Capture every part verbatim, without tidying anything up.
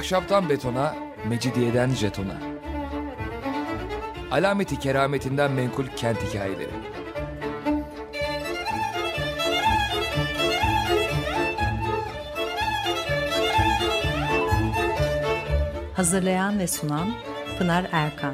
Ahşaptan betona, mecidiyeden jetona. Alameti kerametinden menkul kent hikayeleri. Hazırlayan ve sunan Pınar Erkan.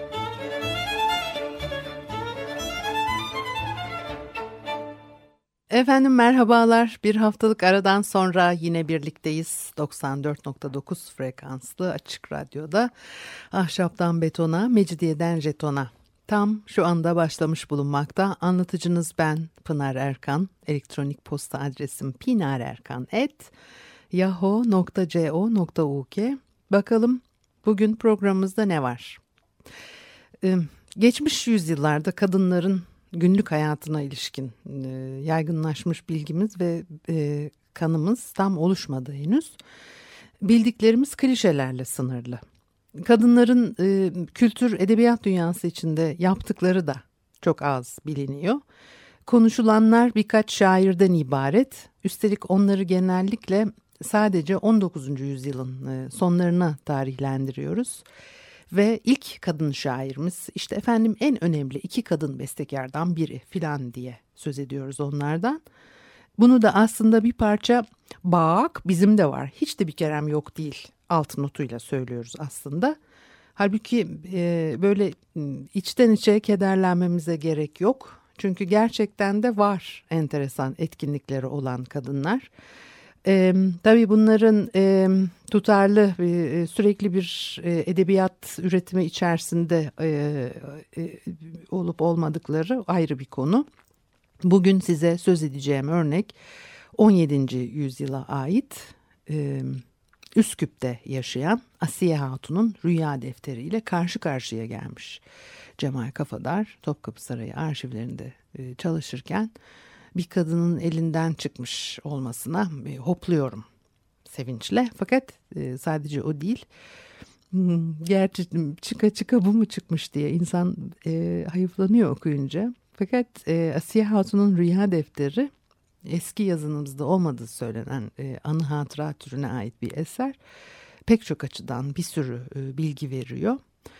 Efendim merhabalar. Bir haftalık aradan sonra yine birlikteyiz. doksan dört nokta dokuz frekanslı Açık Radyo'da Ahşaptan Betona, Mecidiyeden Jeton'a tam şu anda başlamış bulunmakta. Anlatıcınız ben Pınar Erkan. Elektronik posta adresim pinarerkan at yahoo nokta co nokta uk. Bakalım bugün programımızda ne var? Ee, geçmiş yüzyıllarda kadınların günlük hayatına ilişkin e, yaygınlaşmış bilgimiz ve e, kanımız tam oluşmadı henüz. Bildiklerimiz klişelerle sınırlı. Kadınların e, kültür, edebiyat dünyası içinde yaptıkları da çok az biliniyor. Konuşulanlar birkaç şairden ibaret. Üstelik onları genellikle sadece on dokuzuncu yüzyılın e, sonlarına tarihlendiriyoruz. Ve ilk kadın şairimiz işte efendim en önemli iki kadın bestekardan biri filan diye söz ediyoruz onlardan. Bunu da aslında bir parça bak bizim de var, hiç de bir kerem yok değil alt notuyla söylüyoruz aslında. Halbuki e, böyle içten içe kederlenmemize gerek yok. Çünkü gerçekten de var enteresan etkinlikleri olan kadınlar. E, tabii bunların e, tutarlı e, sürekli bir e, edebiyat üretimi içerisinde e, e, olup olmadıkları ayrı bir konu. Bugün size söz edeceğim örnek on yedinci yüzyıla ait e, Üsküp'te yaşayan Asiye Hatun'un Rüya defteriyle karşı karşıya gelmiş. Cemal Kafadar Topkapı Sarayı arşivlerinde e, çalışırken bir kadının elinden çıkmış olmasına e, hopluyorum sevinçle. Fakat e, sadece o değil. Hmm, gerçi çıka çıka bu mu çıkmış diye insan e, hayıflanıyor okuyunca. Fakat e, Asiye Hatun'un Rüya defteri eski yazınımızda olmadığı söylenen e, anı hatıra türüne ait bir eser. Pek çok açıdan bir sürü e, bilgi veriyor.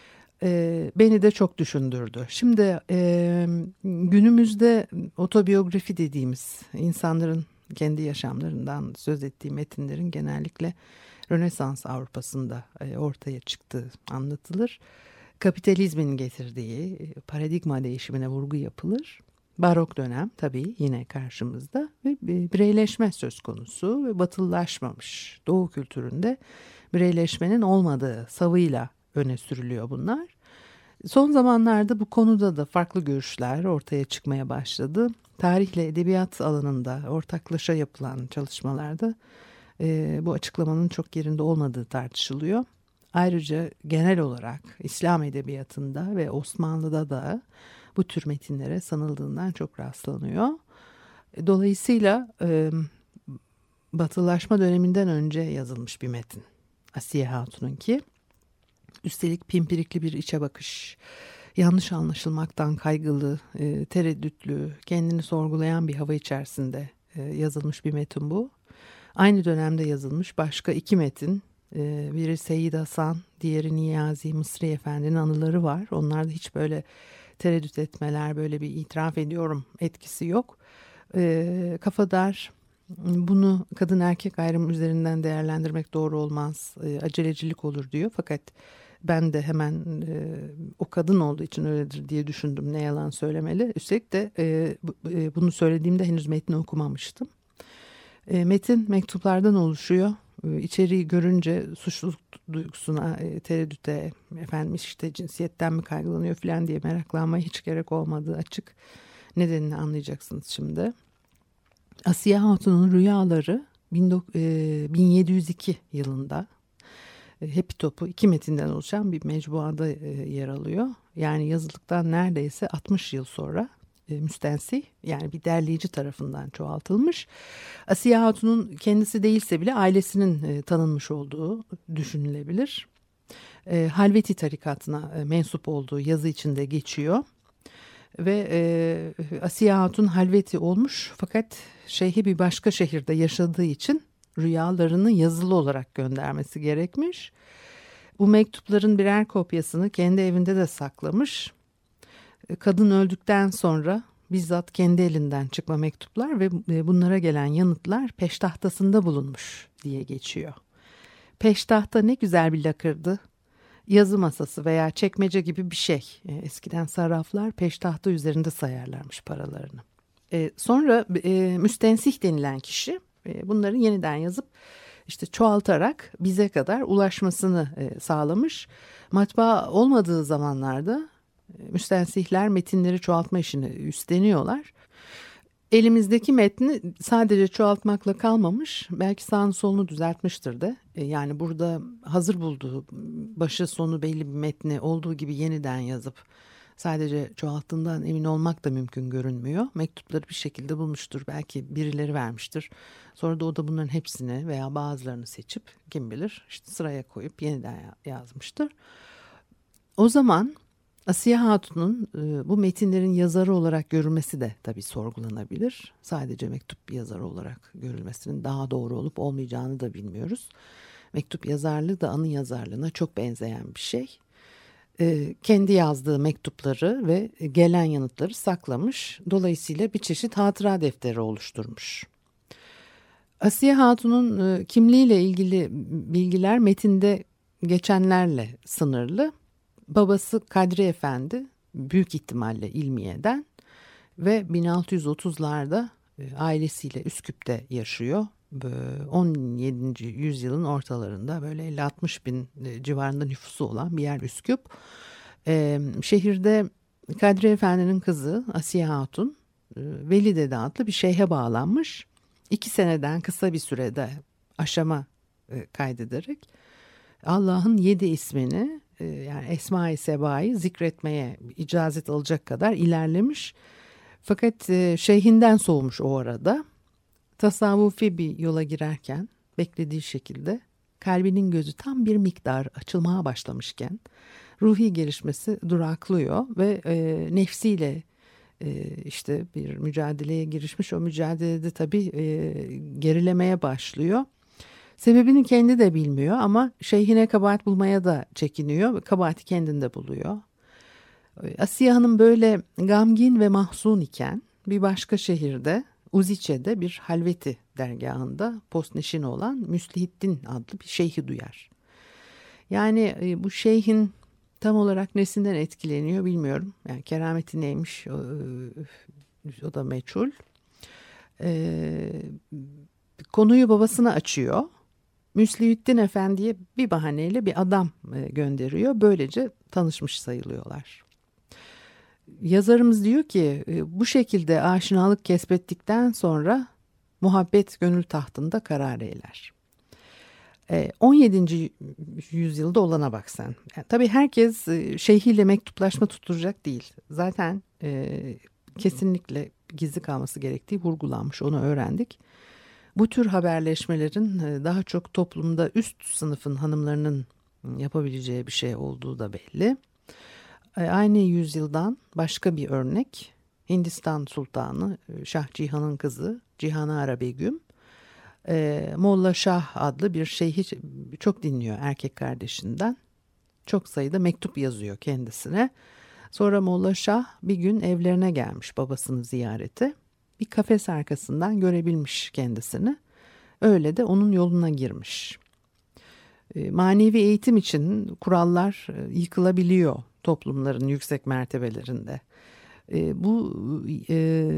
E, beni de çok düşündürdü. Şimdi e, günümüzde otobiyografi dediğimiz insanların kendi yaşamlarından söz ettiği metinlerin genellikle Rönesans Avrupa'sında e, ortaya çıktığı anlatılır. Kapitalizmin getirdiği paradigma değişimine vurgu yapılır. Barok dönem tabii yine karşımızda ve bireyleşme söz konusu ve batılılaşmamış Doğu kültüründe bireyleşmenin olmadığı savıyla öne sürülüyor bunlar. Son zamanlarda bu konuda da farklı görüşler ortaya çıkmaya başladı. Tarihle edebiyat alanında ortaklaşa yapılan çalışmalarda e, bu açıklamanın çok yerinde olmadığı tartışılıyor. Ayrıca genel olarak İslam edebiyatında ve Osmanlı'da da bu tür metinlere sanıldığından çok rastlanıyor. Dolayısıyla e, batılaşma döneminden önce yazılmış bir metin Asiye Hatun'unki. Üstelik pimpirikli bir içe bakış, yanlış anlaşılmaktan kaygılı, e, tereddütlü, kendini sorgulayan bir hava içerisinde e, yazılmış bir metin bu. Aynı dönemde yazılmış başka iki metin, e, biri Seyyid Hasan, diğeri Niyazi Mısri Efendi'nin anıları var. Onlarda hiç böyle tereddüt etmeler, böyle bir itiraf ediyorum etkisi yok. E, Kafadar bunu kadın erkek ayrımı üzerinden değerlendirmek doğru olmaz, e, acelecilik olur diyor. Fakat ben de hemen e, o kadın olduğu için öyledir diye düşündüm, ne yalan söylemeli. Üstelik de e, e, bunu söylediğimde henüz metni okumamıştım. E, metin mektuplardan oluşuyor. E, içeriği görünce suçluluk duygusuna, e, tereddüte, efendim işte cinsiyetten mi kaygılanıyor falan diye meraklanmaya hiç gerek olmadığı açık. Nedenini anlayacaksınız şimdi. Asiye Hatun'un Rüyaları bin yedi yüz iki yılında Happy Top'u iki metinden oluşan bir mecmuada yer alıyor. Yani yazıldıktan neredeyse altmış yıl sonra müstensi, yani bir derleyici tarafından çoğaltılmış. Asiye Hatun'un kendisi değilse bile ailesinin tanınmış olduğu düşünülebilir. Halveti tarikatına mensup olduğu yazı içinde geçiyor. Ve e, Asiye Hatun Halveti olmuş, fakat şeyhi bir başka şehirde yaşadığı için rüyalarını yazılı olarak göndermesi gerekmiş. Bu mektupların birer kopyasını kendi evinde de saklamış. Kadın öldükten sonra bizzat kendi elinden çıkma mektuplar ve bunlara gelen yanıtlar peştahtasında bulunmuş diye geçiyor. Peştahta ne güzel bir lakırdı. Yazı masası veya çekmece gibi bir şey. Eskiden sarraflar peştahta üzerinde sayarlarmış paralarını. E, sonra e, müstensih denilen kişi e, bunları yeniden yazıp işte çoğaltarak bize kadar ulaşmasını e, sağlamış. Matbaa olmadığı zamanlarda e, müstensihler metinleri çoğaltma işini üstleniyorlar. Elimizdeki metni sadece çoğaltmakla kalmamış, belki sağını solunu düzeltmiştir de. E, yani burada hazır bulduğu başı sonu belli bir metni olduğu gibi yeniden yazıp sadece çoğalttığından emin olmak da mümkün görünmüyor. Mektupları bir şekilde bulmuştur. Belki birileri vermiştir. Sonra da o da bunların hepsini veya bazılarını seçip kim bilir işte sıraya koyup yeniden yazmıştır. O zaman Asiye Hatun'un bu metinlerin yazarı olarak görülmesi de tabii sorgulanabilir. Sadece mektup yazarı olarak görülmesinin daha doğru olup olmayacağını da bilmiyoruz. Mektup yazarlığı da anı yazarlığına çok benzeyen bir şey. Kendi yazdığı mektupları ve gelen yanıtları saklamış. Dolayısıyla bir çeşit hatıra defteri oluşturmuş. Asiye Hatun'un kimliğiyle ilgili bilgiler metinde geçenlerle sınırlı. Babası Kadri Efendi büyük ihtimalle İlmiye'den ve bin altı yüz otuzlarda ailesiyle Üsküp'te yaşıyor. on yedinci yüzyılın ortalarında böyle elli altmış bin civarında nüfusu olan bir yer Üsküp. Ee, şehirde Kadri Efendi'nin kızı Asiye Hatun Veli Dede adlı bir şeyhe bağlanmış. İki seneden kısa bir sürede aşama e, kaydederek Allah'ın yedi ismini e, yani Esma-i Seba'yı zikretmeye icazet alacak kadar ilerlemiş. Fakat e, şeyhinden soğumuş o arada. Tasavvufi bir yola girerken beklediği şekilde kalbinin gözü tam bir miktar açılmaya başlamışken ruhi gelişmesi duraklıyor ve e, nefsiyle e, işte bir mücadeleye girişmiş. O mücadelede tabii e, gerilemeye başlıyor. Sebebini kendi de bilmiyor ama şeyhine kabahat bulmaya da çekiniyor. Kabahati kendinde buluyor. Asiye Hanım böyle gamgin ve mahzun iken bir başka şehirde Uziçe'de bir halveti dergahında postneşin olan Müslihiddin adlı bir şeyhi duyar. Yani e, bu şeyhin tam olarak nesinden etkileniyor bilmiyorum. Yani kerameti neymiş o, o da meçhul. E, konuyu babasına açıyor. Müslihiddin Efendi'ye bir bahaneyle bir adam e, gönderiyor. Böylece tanışmış sayılıyorlar. Yazarımız diyor ki bu şekilde aşinalık kesbettikten sonra muhabbet gönül tahtında karar eyler. on yedinci yüzyılda olana bak sen. Yani tabii herkes şeyhiyle mektuplaşma tutturacak değil. Zaten e, kesinlikle gizli kalması gerektiği vurgulanmış, onu öğrendik. Bu tür haberleşmelerin daha çok toplumda üst sınıfın hanımlarının yapabileceği bir şey olduğu da belli. Aynı yüzyıldan başka bir örnek Hindistan Sultanı Şah Cihan'ın kızı Cihanara Begüm e, Molla Şah adlı bir şeyhi çok dinliyor erkek kardeşinden. Çok sayıda mektup yazıyor kendisine. Sonra Molla Şah bir gün evlerine gelmiş babasını ziyarete. Bir kafes arkasından görebilmiş kendisini. Öyle de onun yoluna girmiş. E, manevi eğitim için kurallar e, yıkılabiliyor toplumların yüksek mertebelerinde. E, bu e,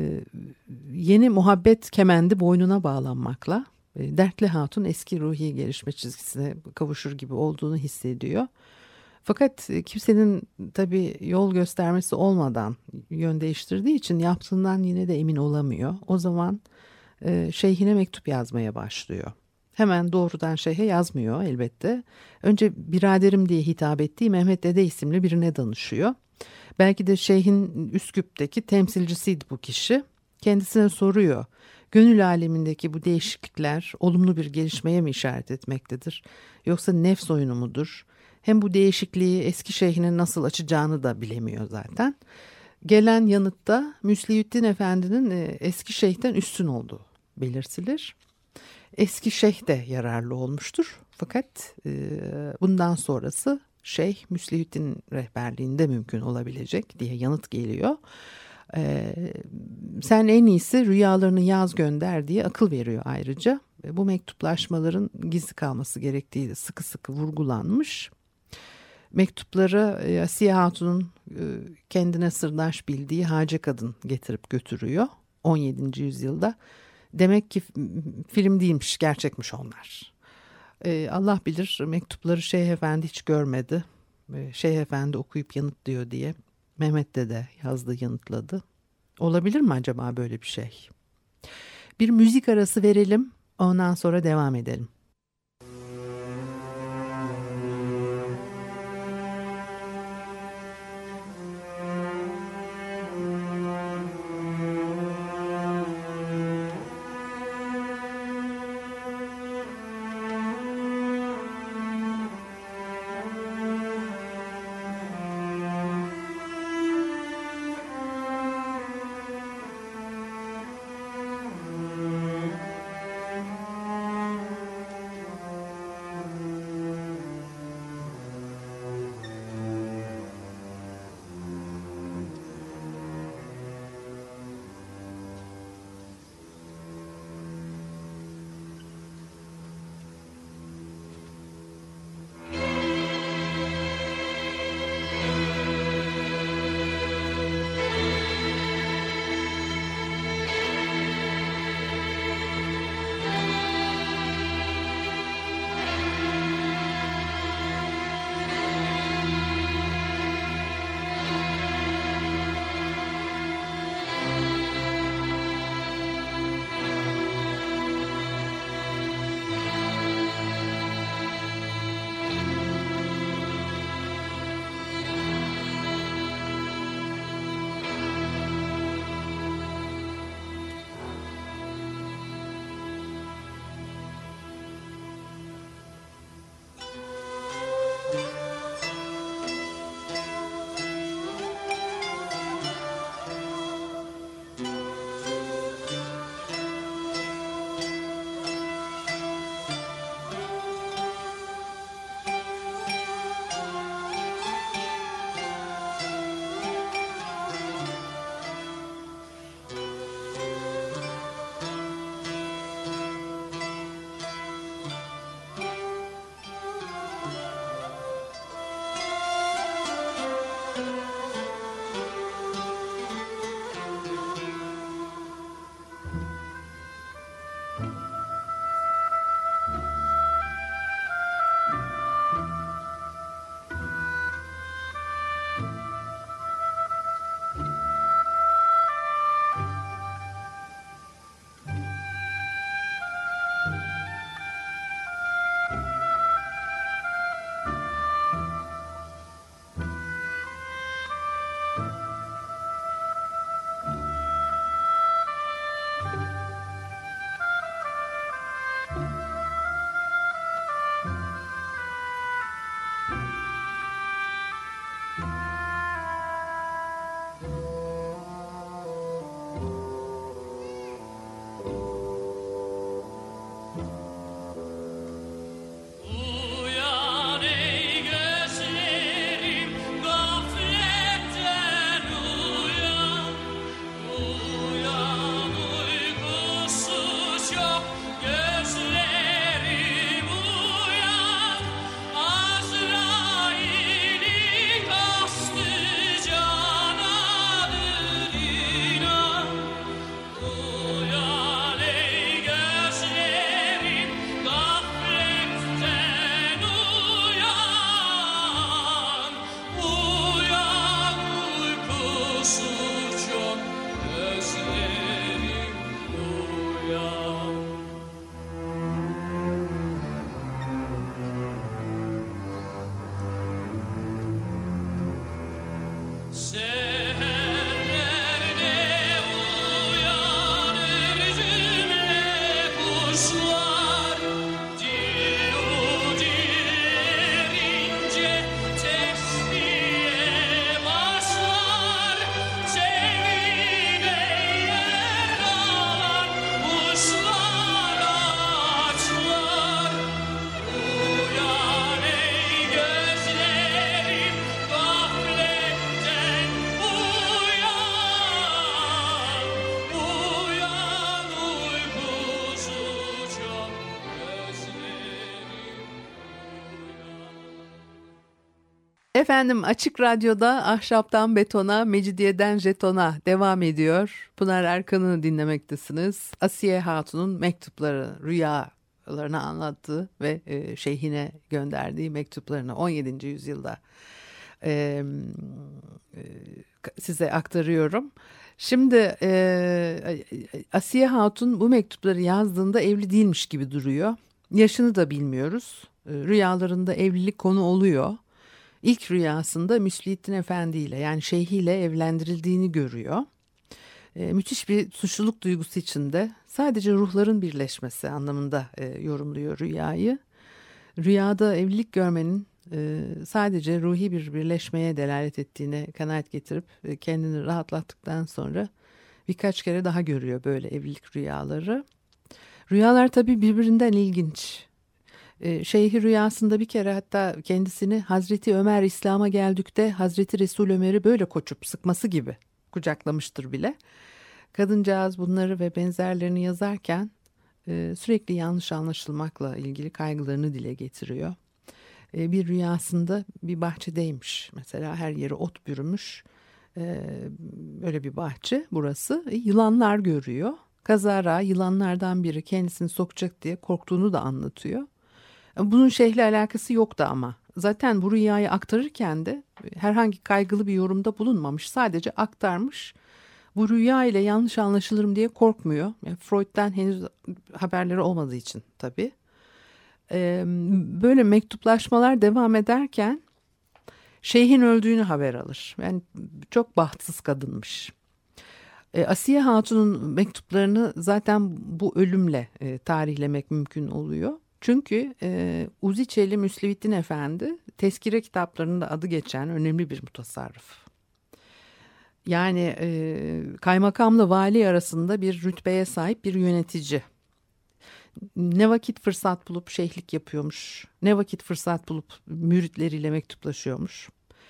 yeni muhabbet kemendi boynuna bağlanmakla e, dertli hatun eski ruhi gelişme çizgisine kavuşur gibi olduğunu hissediyor. Fakat e, kimsenin tabii yol göstermesi olmadan yön değiştirdiği için yaptığından yine de emin olamıyor. O zaman e, şeyhine mektup yazmaya başlıyor. Hemen doğrudan şeyhe yazmıyor elbette. Önce biraderim diye hitap ettiği Mehmet Dede isimli birine danışıyor. Belki de şeyhin Üsküp'teki temsilcisiydi bu kişi. Kendisine soruyor. Gönül alemindeki bu değişiklikler olumlu bir gelişmeye mi işaret etmektedir? Yoksa nefs oyunu mudur? Hem bu değişikliği eski şeyhine nasıl açacağını da bilemiyor zaten. Gelen yanıtta Müslihiddin Efendi'nin eski şeyhten üstün olduğu belirtilir. Eski şeyh de yararlı olmuştur. Fakat e, bundan sonrası Şeyh Müslihüddin rehberliğinde mümkün olabilecek diye yanıt geliyor. E, sen en iyisi rüyalarını yaz gönder diye akıl veriyor ayrıca. E, bu mektuplaşmaların gizli kalması gerektiği de sıkı sıkı vurgulanmış. Mektupları e, Asiye Hatun'un e, kendine sırdaş bildiği Hace Kadın getirip götürüyor on yedinci yüzyılda. Demek ki film değilmiş, gerçekmiş onlar. Ee, Allah bilir mektupları Şeyh Efendi hiç görmedi. Ee, Şeyh Efendi okuyup yanıtlıyor diye Mehmet Dede yazdı, yanıtladı. Olabilir mi acaba böyle bir şey? Bir müzik arası verelim, ondan sonra devam edelim. Efendim Açık Radyo'da Ahşaptan Betona, Mecidiyeden Jeton'a devam ediyor. Pınar Erkan'ı dinlemektesiniz. Asiye Hatun'un mektupları, rüyalarını anlattığı ve e, şeyhine gönderdiği mektuplarını on yedinci yüzyılda e, e, size aktarıyorum. Şimdi e, Asiye Hatun bu mektupları yazdığında evli değilmiş gibi duruyor. Yaşını da bilmiyoruz. E, rüyalarında evlilik konu oluyor. İlk rüyasında Müslühittin Efendi ile yani şeyhiyle evlendirildiğini görüyor. E, müthiş bir suçluluk duygusu içinde sadece ruhların birleşmesi anlamında e, yorumluyor rüyayı. Rüyada evlilik görmenin e, sadece ruhi bir birleşmeye delalet ettiğine kanaat getirip e, kendini rahatlattıktan sonra birkaç kere daha görüyor böyle evlilik rüyaları. Rüyalar tabii birbirinden ilginç. Şeyhi rüyasında bir kere hatta kendisini Hazreti Ömer İslam'a geldikte Hazreti Resul Ömer'i böyle koçup sıkması gibi kucaklamıştır bile. Kadıncağız bunları ve benzerlerini yazarken sürekli yanlış anlaşılmakla ilgili kaygılarını dile getiriyor. Bir rüyasında bir bahçedeymiş mesela, her yeri ot bürümüş, öyle bir bahçe burası. Yılanlar görüyor. Kazara yılanlardan biri kendisini sokacak diye korktuğunu da anlatıyor. Bunun şeyhle alakası yoktu ama. Zaten bu rüyayı aktarırken de herhangi kaygılı bir yorumda bulunmamış. Sadece aktarmış. Bu rüya ile yanlış anlaşılırım diye korkmuyor. Yani Freud'dan henüz haberleri olmadığı için tabii. Ee, böyle mektuplaşmalar devam ederken şeyhin öldüğünü haber alır. Yani çok bahtsız kadınmış. Ee, Asiye Hatun'un mektuplarını zaten bu ölümle e, tarihlemek mümkün oluyor. Çünkü e, Uziçeli Müslühittin Efendi tezkire kitaplarında adı geçen önemli bir mutasarrıf. Yani e, kaymakamla vali arasında bir rütbeye sahip bir yönetici. Ne vakit fırsat bulup şeyhlik yapıyormuş, ne vakit fırsat bulup müritleriyle mektuplaşıyormuş.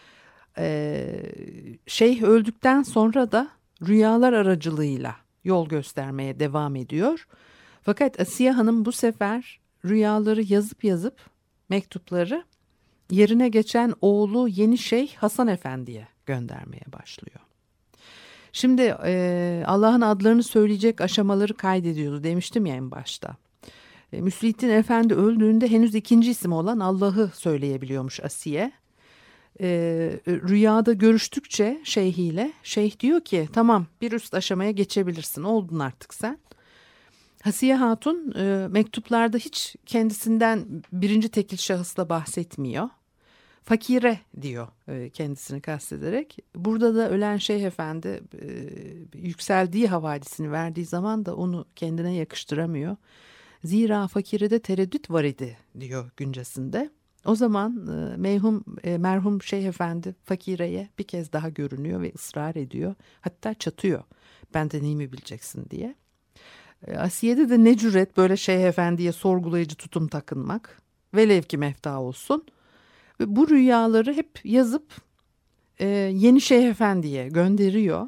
E, şeyh öldükten sonra da rüyalar aracılığıyla yol göstermeye devam ediyor. Fakat Asiye Hanım bu sefer rüyaları yazıp yazıp mektupları yerine geçen oğlu yeni şeyh Hasan Efendi'ye göndermeye başlıyor. Şimdi e, Allah'ın adlarını söyleyecek aşamaları kaydediyordu demiştim ya en başta. E, Müslühittin Efendi öldüğünde henüz ikinci isim olan Allah'ı söyleyebiliyormuş Asiye. E, rüyada görüştükçe şeyhiyle şeyh diyor ki tamam bir üst aşamaya geçebilirsin, oldun artık sen. Asiye Hatun e, mektuplarda hiç kendisinden birinci tekil şahısla bahsetmiyor. Fakire diyor e, kendisini kastederek. Burada da ölen Şeyh Efendi e, yükseldiği havadisini verdiği zaman da onu kendine yakıştıramıyor. Zira fakirede tereddüt var idi diyor güncesinde. O zaman e, meyhum, e, merhum Şeyh Efendi fakireye bir kez daha görünüyor ve ısrar ediyor. Hatta çatıyor, benden iyi mi bileceksin diye. Asiye'de de ne cüret böyle Şeyh Efendi'ye sorgulayıcı tutum takınmak, velev ki mefta olsun. Ve bu rüyaları hep yazıp e, yeni Şeyh Efendi'ye gönderiyor.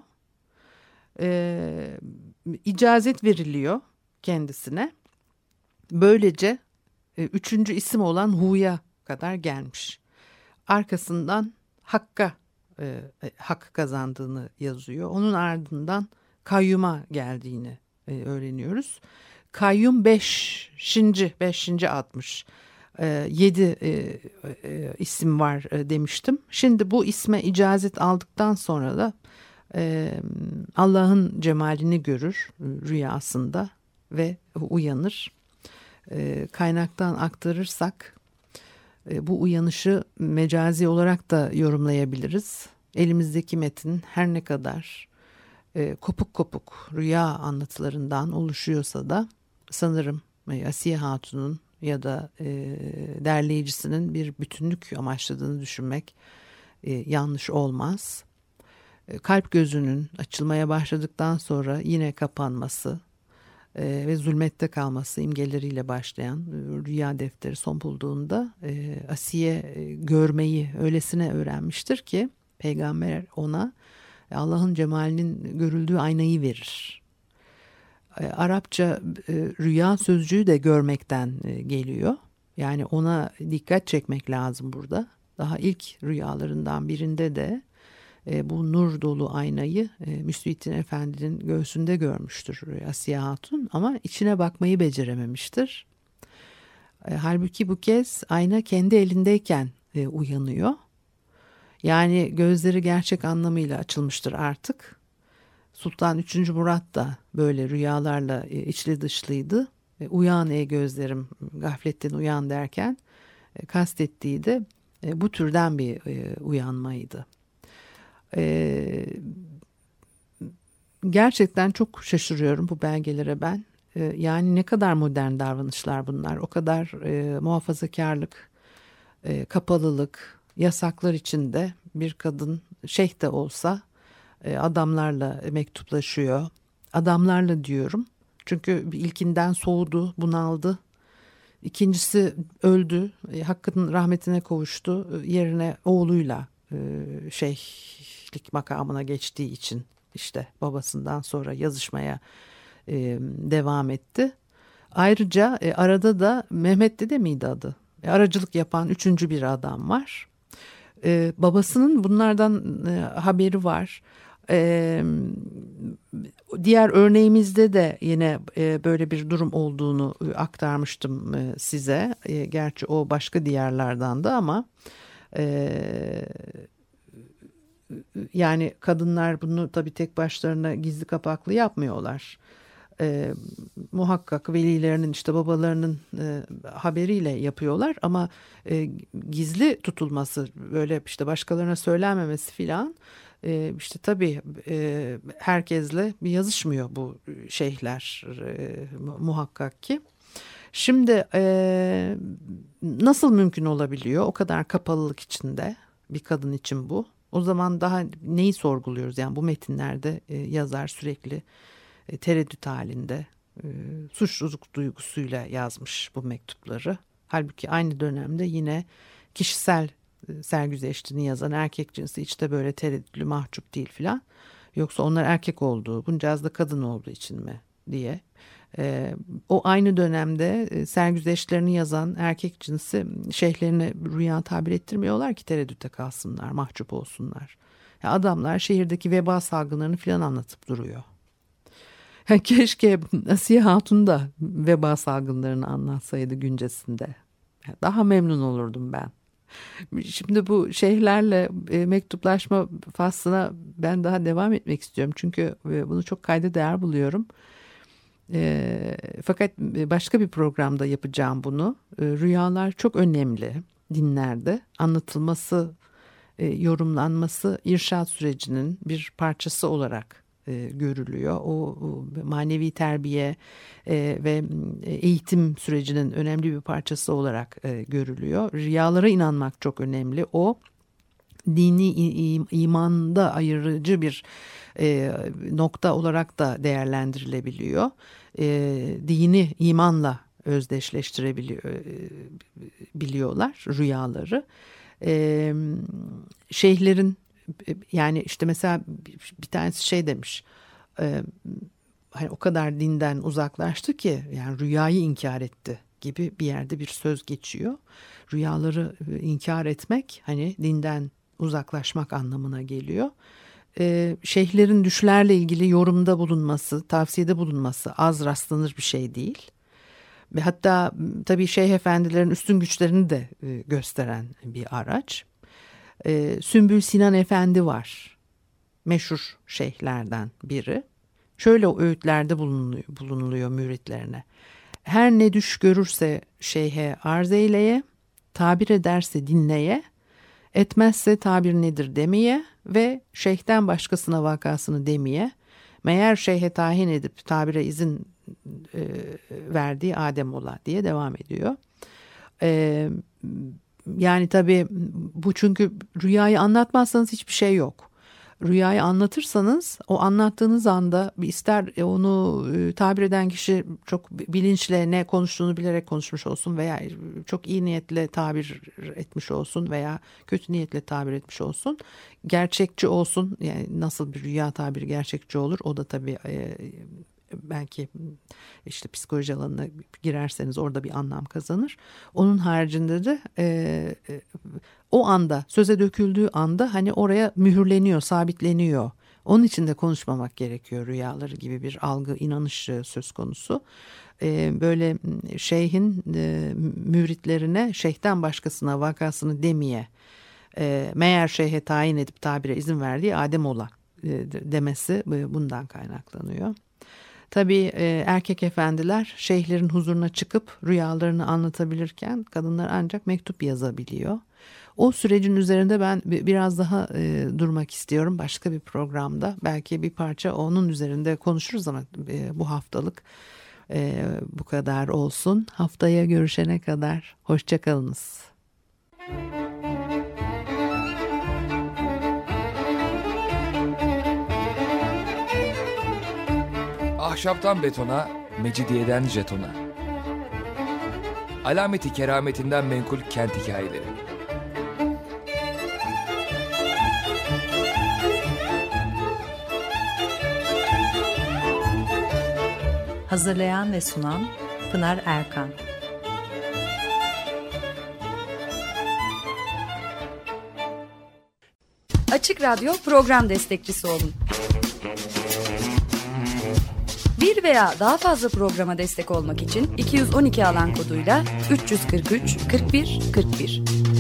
E, icazet veriliyor kendisine. Böylece e, üçüncü isim olan Hu'ya kadar gelmiş. Arkasından Hakk'a e, hak kazandığını yazıyor. Onun ardından Kayyum'a geldiğini e, öğreniyoruz. Kayyum beşinci, beşinci atmış. E, yedi e, e, isim var e, demiştim. Şimdi bu isme icazet aldıktan sonra da e, Allah'ın cemalini görür rüyasında ve uyanır. E, kaynaktan aktarırsak e, bu uyanışı mecazi olarak da yorumlayabiliriz. Elimizdeki metin her ne kadar e, kopuk kopuk rüya anlatılarından oluşuyorsa da sanırım e, Asiye Hatun'un ya da e, derleyicisinin bir bütünlük amaçladığını düşünmek e, yanlış olmaz. E, kalp gözünün açılmaya başladıktan sonra yine kapanması e, ve zulmette kalması imgeleriyle başlayan e, rüya defteri son bulduğunda e, Asiye e, görmeyi öylesine öğrenmiştir ki peygamber ona Allah'ın cemalinin görüldüğü aynayı verir. E, Arapça e, rüya sözcüğü de görmekten e, geliyor. Yani ona dikkat çekmek lazım burada. daha ilk rüyalarından birinde de e, bu nur dolu aynayı e, Müsviddin Efendi'nin göğsünde görmüştür Asiye Hatun, ama içine bakmayı becerememiştir. E, halbuki bu kez ayna kendi elindeyken e, uyanıyor. Yani gözleri gerçek anlamıyla açılmıştır artık. Sultan üçüncü. Murat da böyle rüyalarla e, içli dışlıydı. E, uyan ey gözlerim, gafletten uyan derken e, kastettiği de e, bu türden bir e, uyanmaydı. E, gerçekten çok şaşırıyorum bu belgelere ben. E, yani ne kadar modern davranışlar bunlar, o kadar e, muhafazakarlık, e, kapalılık, yasaklar içinde bir kadın şeyh de olsa e, adamlarla mektuplaşıyor. Adamlarla diyorum çünkü ilkinden soğudu, bunaldı. İkincisi öldü, e, Hakk'ın rahmetine kavuştu. E, yerine oğluyla e, şeyhlik makamına geçtiği için işte babasından sonra yazışmaya e, devam etti. Ayrıca e, arada da Mehmet Dede miydi adı? E, aracılık yapan üçüncü bir adam var. E, babasının bunlardan e, haberi var. E, diğer örneğimizde de yine e, böyle bir durum olduğunu e, aktarmıştım e, size. E, gerçi o başka diyarlardan da, ama e, yani kadınlar bunu tabii tek başlarına gizli kapaklı yapmıyorlar. E, muhakkak velilerinin, işte babalarının e, haberiyle yapıyorlar, ama e, gizli tutulması, böyle işte başkalarına söylenmemesi filan, e, işte tabii e, herkesle yazışmıyor bu şeyhler e, muhakkak ki. Şimdi e, nasıl mümkün olabiliyor o kadar kapalılık içinde bir kadın için bu? O zaman daha neyi sorguluyoruz? Yani bu metinlerde e, yazar sürekli e, tereddüt halinde, e, suçluluk duygusuyla yazmış bu mektupları. Halbuki aynı dönemde yine kişisel e, sergüzeştiğini yazan erkek cinsi hiç de böyle tereddütlü, mahcup değil filan. Yoksa onlar erkek olduğu, buncağız da kadın olduğu için mi diye. E, o aynı dönemde e, sergüzeştlerini yazan erkek cinsi şeyhlerine rüya tabir ettirmiyorlar ki tereddütte kalsınlar, mahcup olsunlar. Ya adamlar şehirdeki veba salgınlarını filan anlatıp duruyor. Keşke Asiye Hatun da veba salgınlarını anlatsaydı güncesinde. Daha memnun olurdum ben. Şimdi bu şeyhlerle e, mektuplaşma faslına ben daha devam etmek istiyorum. Çünkü e, bunu çok kayda değer buluyorum. E, fakat başka bir programda yapacağım bunu. E, rüyalar çok önemli dinlerde. Anlatılması, e, yorumlanması irşad sürecinin bir parçası olarak E, görülüyor. O, o manevi terbiye e, ve eğitim sürecinin önemli bir parçası olarak e, görülüyor. Rüyalara inanmak çok önemli. O dini im, imanda ayırıcı bir e, nokta olarak da değerlendirilebiliyor. E, dini imanla özdeşleştirebiliyor e, biliyorlar rüyaları. E, şeyhlerin, yani işte mesela bir tanesi şey demiş, e, hani o kadar dinden uzaklaştı ki yani rüyayı inkar etti gibi bir yerde bir söz geçiyor. Rüyaları inkar etmek hani dinden uzaklaşmak anlamına geliyor. E, şeyhlerin düşlerle ilgili yorumda bulunması, tavsiyede bulunması az rastlanır bir şey değil. Ve hatta tabii şeyh efendilerin üstün güçlerini de e, gösteren bir araç. Ee, Sümbül Sinan Efendi var, meşhur şeyhlerden biri. Şöyle öğütlerde bulunuluyor, bulunuluyor müritlerine. Her ne düş görürse şeyhe arz eyleye, tabir ederse dinleye, etmezse tabir nedir demeye ve şeyhten başkasına vakasını demeye, meğer şeyhe tahin edip tabire izin e, verdiği Adem ola diye devam ediyor. E, yani tabii bu, çünkü rüyayı anlatmazsanız hiçbir şey yok. Rüyayı anlatırsanız o anlattığınız anda ister onu tabir eden kişi çok bilinçle ne konuştuğunu bilerek konuşmuş olsun veya çok iyi niyetle tabir etmiş olsun veya kötü niyetle tabir etmiş olsun, gerçekçi olsun. Yani nasıl bir rüya tabiri gerçekçi olur, o da tabii belki işte psikoloji alanına girerseniz orada bir anlam kazanır. Onun haricinde de e, e, o anda söze döküldüğü anda hani oraya mühürleniyor, sabitleniyor. Onun için de konuşmamak gerekiyor rüyaları gibi bir algı, inanış söz konusu. Ee, böyle şeyhin e, müritlerine şeyhten başkasına vakasını demeye, e, meğer şeyhe tayin edip tabire izin verdiği Ademoğlu e, demesi bundan kaynaklanıyor. Tabii e, erkek efendiler şeyhlerin huzuruna çıkıp rüyalarını anlatabilirken kadınlar ancak mektup yazabiliyor. O sürecin üzerinde ben biraz daha e, durmak istiyorum başka bir programda. Belki bir parça onun üzerinde konuşuruz ama e, bu haftalık e, bu kadar olsun. Haftaya görüşene kadar hoşça kalınız. Ahşaptan betona, mecidiyeden jetona. Alameti kerametinden menkul kent hikayeleri. Hazırlayan ve sunan Pınar Erkan. Açık Radyo program destekçisi olun. Bir veya daha fazla programa destek olmak için iki yüz on iki alan koduyla üç yüz kırk üç kırk bir kırk bir